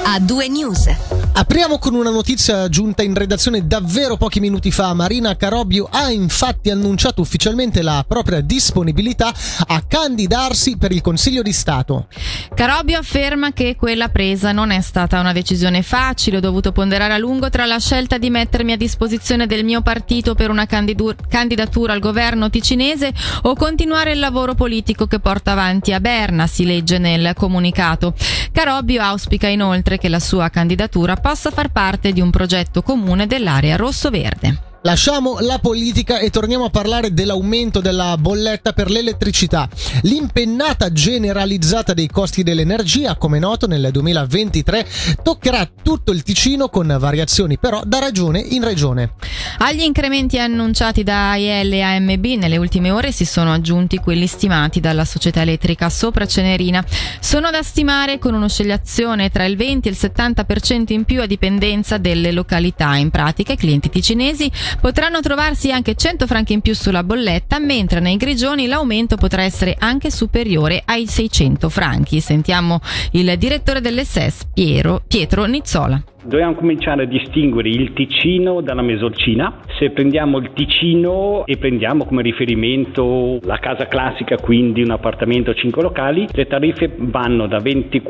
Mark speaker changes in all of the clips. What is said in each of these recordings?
Speaker 1: A2 News.
Speaker 2: Apriamo con una notizia giunta in redazione davvero pochi minuti fa. Marina Carobio ha infatti annunciato ufficialmente la propria disponibilità a candidarsi per il Consiglio di Stato.
Speaker 3: Carobio afferma che quella presa non è stata una decisione facile, ho dovuto ponderare a lungo tra la scelta di mettermi a disposizione del mio partito per una candidatura al governo ticinese o continuare il lavoro politico che porta avanti a Berna, si legge nel comunicato. Carobio auspica inoltre che la sua candidatura possa far parte di un progetto comune dell'area rosso-verde.
Speaker 2: Lasciamo la politica e torniamo a parlare dell'aumento della bolletta per l'elettricità. L'impennata generalizzata dei costi dell'energia, come noto nel 2023, toccherà tutto il Ticino con variazioni però da regione in regione.
Speaker 3: Agli incrementi annunciati da AEL e AMB nelle ultime ore si sono aggiunti quelli stimati dalla società elettrica Sopra Cenerina. Sono da stimare con un'oscillazione tra il 20 e il 70% in più a dipendenza delle località. In pratica i clienti ticinesi potranno trovarsi anche 100 franchi in più sulla bolletta, mentre nei grigioni l'aumento potrà essere anche superiore ai 600 franchi. Sentiamo il direttore dell'SES, Pietro Nizzola.
Speaker 4: Dobbiamo cominciare a distinguere il Ticino dalla Mesolcina. Se prendiamo il Ticino e prendiamo come riferimento la casa classica, quindi un appartamento 5 locali, le tariffe vanno da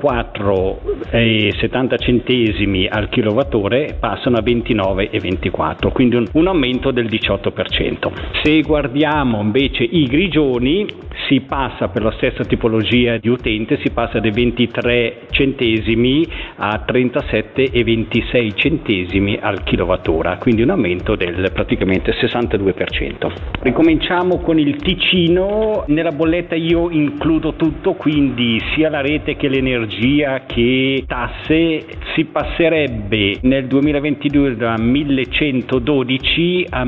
Speaker 4: 24,70 centesimi al kilowattora, passano a 29,24, quindi un aumento del 18%. Se guardiamo invece i grigioni, si passa per la stessa tipologia di utente, si passa dai 23 centesimi a 37,26 centesimi al kilowattora, quindi un aumento del praticamente 62%. Ricominciamo con il Ticino. Nella bolletta io includo tutto, quindi sia la rete che l'energia che tasse. Si passerebbe nel 2022 da 1112 a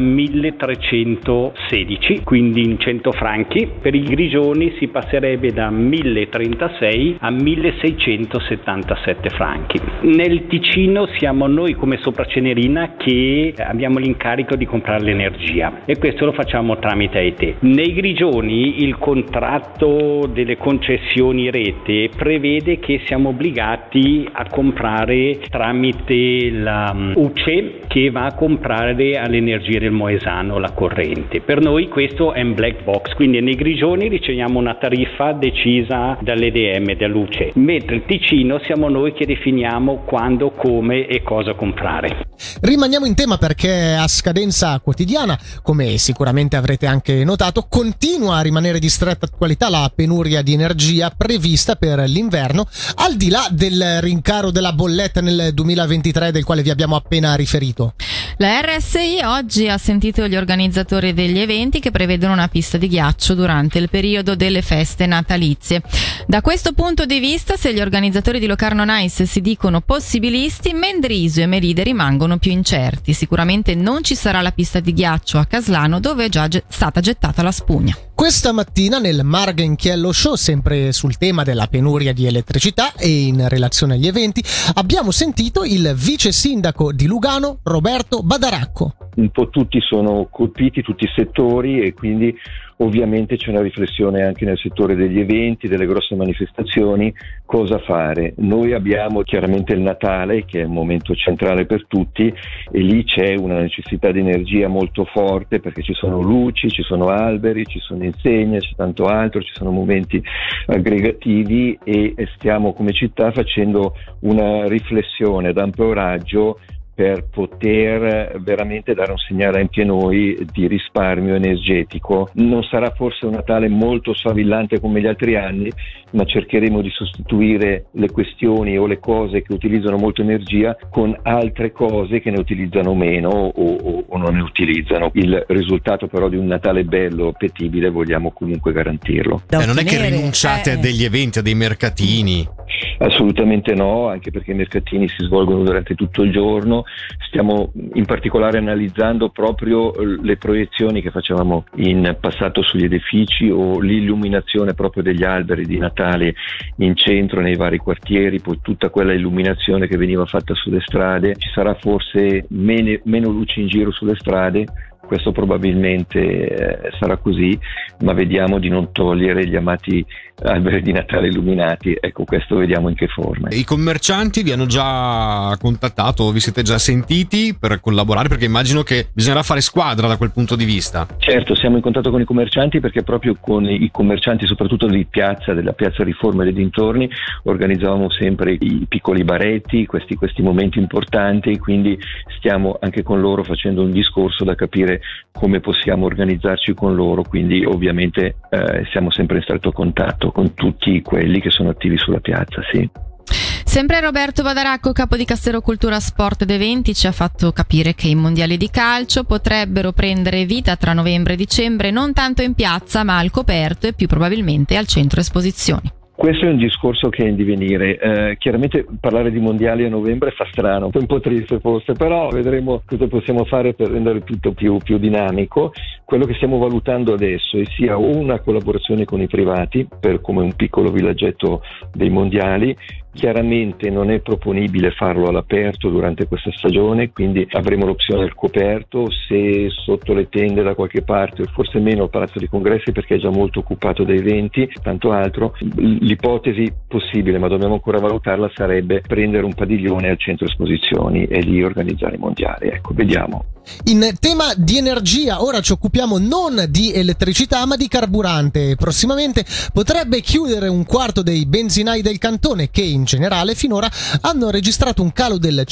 Speaker 4: 1316, quindi in 100 franchi. Per i grigioni si passerebbe da 1036 a 1677 franchi. Nel Ticino siamo noi come Sopra Cenerina che abbiamo l'incarico di comprare l'energia e questo lo facciamo tramite AET. Nei grigioni il contratto delle concessioni rete prevede che siamo obbligati a comprare tramite la UCE, che va a comprare all'energia del Moesano la corrente. Per noi questo è un black box, quindi nei grigioni riceviamo una tariffa decisa dall'EDM, dall'UCE, mentre il Ticino siamo noi che definiamo quando, come e cosa comprare.
Speaker 2: Rimaniamo in tema perché a scadenza quotidiana, come sicuramente avrete anche notato, continua a rimanere di stretta attualità la penuria di energia prevista per l'inverno, al di là del rincaro della bolletta nel 2023 del quale vi abbiamo appena riferito.
Speaker 3: La RSI oggi ha sentito gli organizzatori degli eventi che prevedono una pista di ghiaccio durante il periodo delle feste natalizie. Da questo punto di vista, se gli organizzatori di Locarno Nice si dicono possibilisti, Mendrisio e Meride rimangono più incerti. Sicuramente non ci sarà la pista di ghiaccio a Caslano, dove è già stata gettata la spugna.
Speaker 2: Questa mattina nel Marghenchiello Show, sempre sul tema della penuria di elettricità e in relazione agli eventi, abbiamo sentito il vice sindaco di Lugano, Roberto Badaracco.
Speaker 5: Un po' tutti sono colpiti, tutti i settori, e quindi ovviamente c'è una riflessione anche nel settore degli eventi, delle grosse manifestazioni, cosa fare. Noi abbiamo chiaramente il Natale, che è un momento centrale per tutti, e lì c'è una necessità di energia molto forte perché ci sono luci, ci sono alberi, ci sono insegne, c'è tanto altro, ci sono momenti aggregativi, e stiamo come città facendo una riflessione ad ampio raggio per poter veramente dare un segnale anche noi di risparmio energetico. Non sarà forse un Natale molto sfavillante come gli altri anni, ma cercheremo di sostituire le questioni o le cose che utilizzano molto energia con altre cose che ne utilizzano meno o non ne utilizzano. Il risultato però di un Natale bello, appetibile, vogliamo comunque garantirlo.
Speaker 6: Non è che rinunciate a degli eventi, a dei mercatini?
Speaker 5: Assolutamente no, anche perché i mercatini si svolgono durante tutto il giorno. Stiamo in particolare analizzando proprio le proiezioni che facevamo in passato sugli edifici o l'illuminazione proprio degli alberi di Natale in centro, nei vari quartieri, poi tutta quella illuminazione che veniva fatta sulle strade. Ci sarà forse meno luci in giro sulle strade, questo probabilmente sarà così, ma vediamo di non togliere gli amati alberi di Natale illuminati. Ecco, questo vediamo in che forma.
Speaker 6: I commercianti vi hanno già contattato o vi siete già sentiti per collaborare? Perché immagino che bisognerà fare squadra da quel punto di vista.
Speaker 5: Certo, siamo in contatto con i commercianti, perché proprio con i commercianti soprattutto di piazza, della piazza Riforma e dei dintorni, organizzavamo sempre i piccoli baretti, questi momenti importanti, quindi stiamo anche con loro facendo un discorso da capire come possiamo organizzarci con loro, quindi ovviamente siamo sempre in stretto contatto con tutti quelli che sono attivi sulla piazza, sì.
Speaker 3: Sempre Roberto Vadaracco, capo di Castero Cultura, Sport ed Eventi, ci ha fatto capire che i mondiali di calcio potrebbero prendere vita tra novembre e dicembre, non tanto in piazza ma al coperto e più probabilmente al centro esposizioni.
Speaker 5: Questo è un discorso che è in divenire. Chiaramente parlare di mondiali a novembre fa strano, un po' triste forse, però vedremo cosa possiamo fare per rendere tutto più dinamico. Quello che stiamo valutando adesso è sia una collaborazione con i privati, per come un piccolo villaggetto dei mondiali. Chiaramente non è proponibile farlo all'aperto durante questa stagione, quindi avremo l'opzione del coperto, se sotto le tende da qualche parte, forse meno al Palazzo dei Congressi perché è già molto occupato da eventi, tanto altro. L'ipotesi possibile, ma dobbiamo ancora valutarla, sarebbe prendere un padiglione al centro esposizioni e lì organizzare i mondiali. Ecco, vediamo.
Speaker 2: In tema di energia, ora ci occupiamo non di elettricità ma di carburante. Prossimamente potrebbe chiudere un quarto dei benzinai del cantone, che in generale finora hanno registrato un calo del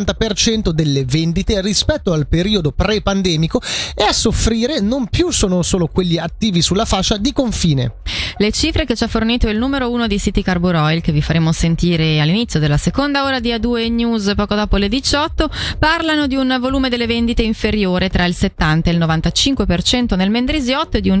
Speaker 2: 50% delle vendite rispetto al periodo pre-pandemico, e a soffrire non più sono solo quelli attivi sulla fascia di confine.
Speaker 3: Le cifre che ci ha fornito il numero 1 di City Carbo Oil, che vi faremo sentire all'inizio della seconda ora di A2 News poco dopo le 18, parlano di un volume delle vendite inferiore tra il 70 e il 95% nel Mendrisiotto e di un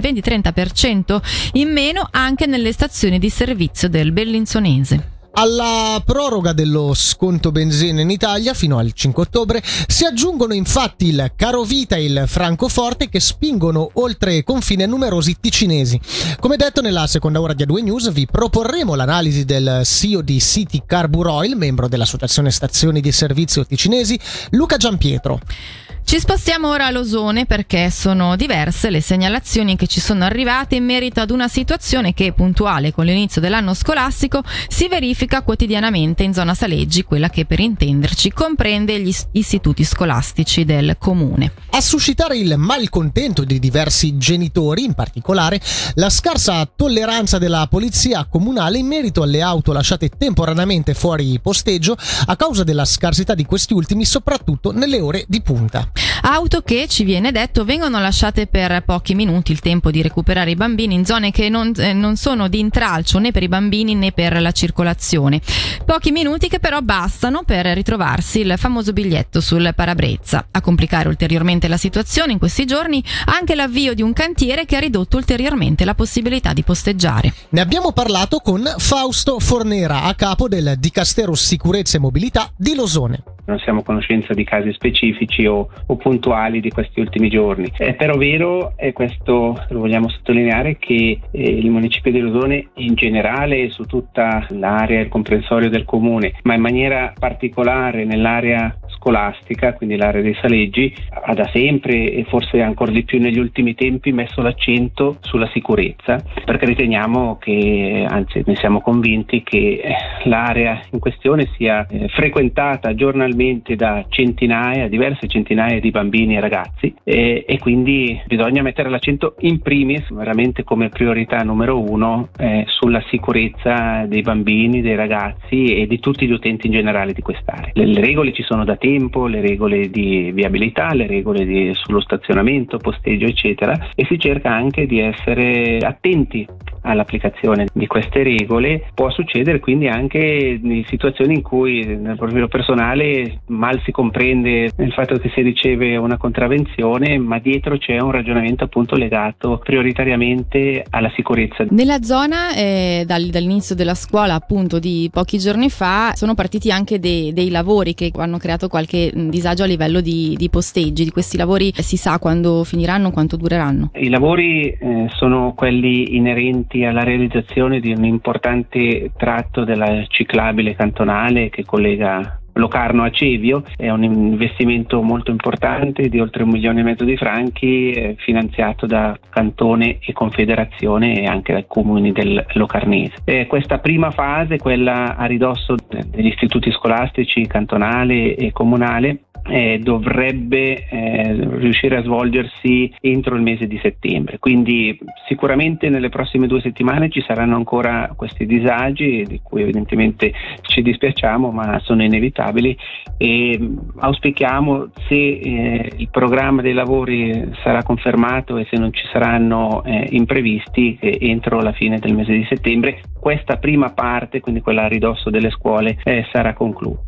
Speaker 3: 20-30% in meno anche nelle stazioni di servizio del Bellinzonese.
Speaker 2: Alla proroga dello sconto benzina in Italia fino al 5 ottobre si aggiungono infatti il carovita e il francoforte, che spingono oltre confine numerosi ticinesi. Come detto, nella seconda ora di A2 News vi proporremo l'analisi del CEO di City Carbo Oil, membro dell'Associazione Stazioni di Servizio Ticinesi, Luca Giampietro.
Speaker 3: Ci spostiamo ora a Losone, perché sono diverse le segnalazioni che ci sono arrivate in merito ad una situazione che, puntuale con l'inizio dell'anno scolastico, si verifica quotidianamente in zona Saleggi, quella che per intenderci comprende gli istituti scolastici del comune.
Speaker 2: A suscitare il malcontento di diversi genitori, in particolare la scarsa tolleranza della polizia comunale in merito alle auto lasciate temporaneamente fuori posteggio a causa della scarsità di questi ultimi, soprattutto nelle ore di punta.
Speaker 3: Auto che, ci viene detto, vengono lasciate per pochi minuti, il tempo di recuperare i bambini in zone che non sono di intralcio né per i bambini né per la circolazione. Pochi minuti che però bastano per ritrovarsi il famoso biglietto sul parabrezza. A complicare ulteriormente la situazione in questi giorni anche l'avvio di un cantiere che ha ridotto ulteriormente la possibilità di posteggiare.
Speaker 2: Ne abbiamo parlato con Fausto Fornera, a capo del Dicastero Sicurezza e Mobilità di Losone.
Speaker 1: Non siamo a conoscenza di casi specifici o puntuali di questi ultimi giorni. È però vero, e questo lo vogliamo sottolineare, che il municipio di Losone in generale, su tutta l'area, il comprensorio del comune, ma in maniera particolare nell'area scolastica, quindi l'area dei Saleggi, ha da sempre, e forse ancora di più negli ultimi tempi, messo l'accento sulla sicurezza, perché riteniamo che, anzi ne siamo convinti, che l'area in questione sia frequentata giornalmente da diverse centinaia di bambini e ragazzi, e quindi bisogna mettere l'accento in primis, veramente come priorità numero 1, sulla sicurezza dei bambini, dei ragazzi e di tutti gli utenti in generale di quest'area. Le regole ci sono da tempo, le regole di viabilità, le regole sullo stazionamento, posteggio eccetera, e si cerca anche di essere attenti all'applicazione di queste regole. Può succedere quindi anche in situazioni in cui nel profilo personale mal si comprende il fatto che si riceve una contravvenzione, ma dietro c'è un ragionamento appunto legato prioritariamente alla sicurezza.
Speaker 3: Nella zona dall'inizio della scuola, appunto, di pochi giorni fa, sono partiti anche dei lavori che hanno creato qualche disagio a livello di posteggi. Di questi lavori si sa quando finiranno, quanto dureranno?
Speaker 1: I lavori sono quelli inerenti alla realizzazione di un importante tratto della ciclabile cantonale che collega Locarno-Acevio. È un investimento molto importante di oltre 1,5 milioni di franchi, finanziato da Cantone e Confederazione e anche dai comuni del Locarnese. Questa prima fase, quella a ridosso degli istituti scolastici cantonale e comunale, dovrebbe riuscire a svolgersi entro il mese di settembre, quindi sicuramente nelle prossime 2 settimane ci saranno ancora questi disagi di cui evidentemente ci dispiacciamo, ma sono inevitabili, e auspichiamo, se il programma dei lavori sarà confermato e se non ci saranno imprevisti, che entro la fine del mese di settembre questa prima parte, quindi quella a ridosso delle scuole, sarà conclusa.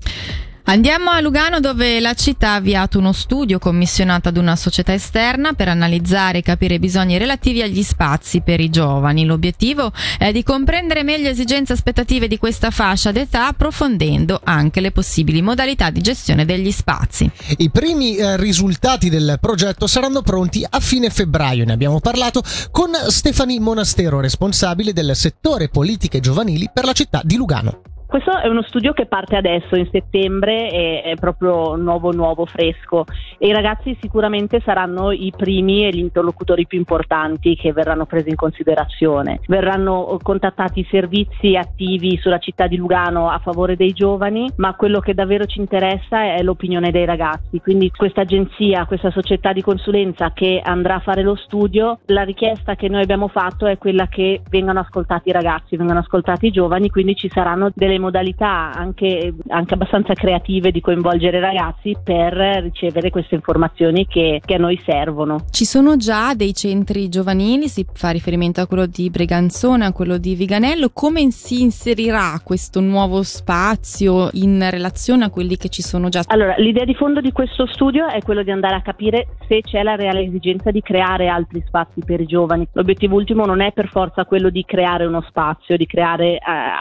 Speaker 3: Andiamo a Lugano, dove la città ha avviato uno studio commissionato ad una società esterna per analizzare e capire i bisogni relativi agli spazi per i giovani. L'obiettivo è di comprendere meglio esigenze e aspettative di questa fascia d'età, approfondendo anche le possibili modalità di gestione degli spazi.
Speaker 2: I primi risultati del progetto saranno pronti a fine febbraio. Ne abbiamo parlato con Stefanie Monastero, responsabile del settore politiche giovanili per la città di Lugano.
Speaker 7: Questo è uno studio che parte adesso in settembre, è proprio nuovo, fresco, e i ragazzi sicuramente saranno i primi e gli interlocutori più importanti che verranno presi in considerazione. Verranno contattati servizi attivi sulla città di Lugano a favore dei giovani, ma quello che davvero ci interessa è l'opinione dei ragazzi. Quindi questa agenzia, questa società di consulenza che andrà a fare lo studio, la richiesta che noi abbiamo fatto è quella che vengano ascoltati i ragazzi, vengano ascoltati i giovani, quindi ci saranno delle modalità anche abbastanza creative di coinvolgere i ragazzi per ricevere queste informazioni che a noi servono.
Speaker 3: Ci sono già dei centri giovanili, si fa riferimento a quello di Breganzone, a quello di Viganello. Come si inserirà questo nuovo spazio in relazione a quelli che ci sono già?
Speaker 7: Allora, l'idea di fondo di questo studio è quello di andare a capire se c'è la reale esigenza di creare altri spazi per i giovani. L'obiettivo ultimo non è per forza quello di creare uno spazio, di creare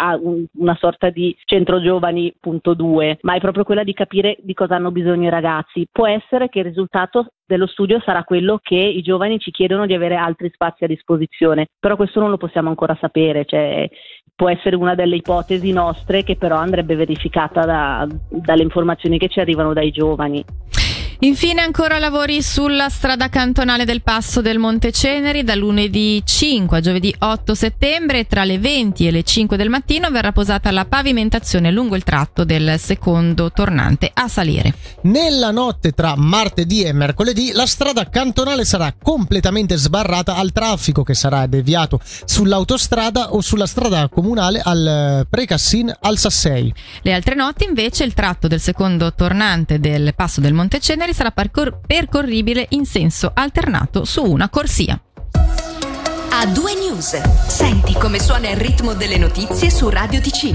Speaker 7: una sorta di centro giovani punto 2, ma è proprio quella di capire di cosa hanno bisogno i ragazzi. Può essere che il risultato dello studio sarà quello che i giovani ci chiedono di avere altri spazi a disposizione, però questo non lo possiamo ancora sapere, può essere una delle ipotesi nostre che però andrebbe verificata dalle informazioni che ci arrivano dai giovani.
Speaker 3: Infine ancora lavori sulla strada cantonale del Passo del Monte Ceneri. Da lunedì 5 a giovedì 8 settembre tra le 20 e le 5 del mattino verrà posata la pavimentazione lungo il tratto del secondo tornante a salire.
Speaker 2: Nella notte tra martedì e mercoledì la strada cantonale sarà completamente sbarrata al traffico, che sarà deviato sull'autostrada o sulla strada comunale al Precassin al Sassei.
Speaker 3: Le altre notti invece il tratto del secondo tornante del Passo del Monte Ceneri sarà percorribile in senso alternato su una corsia.
Speaker 8: A2 News. Senti come suona il ritmo delle notizie su Radio Ticino.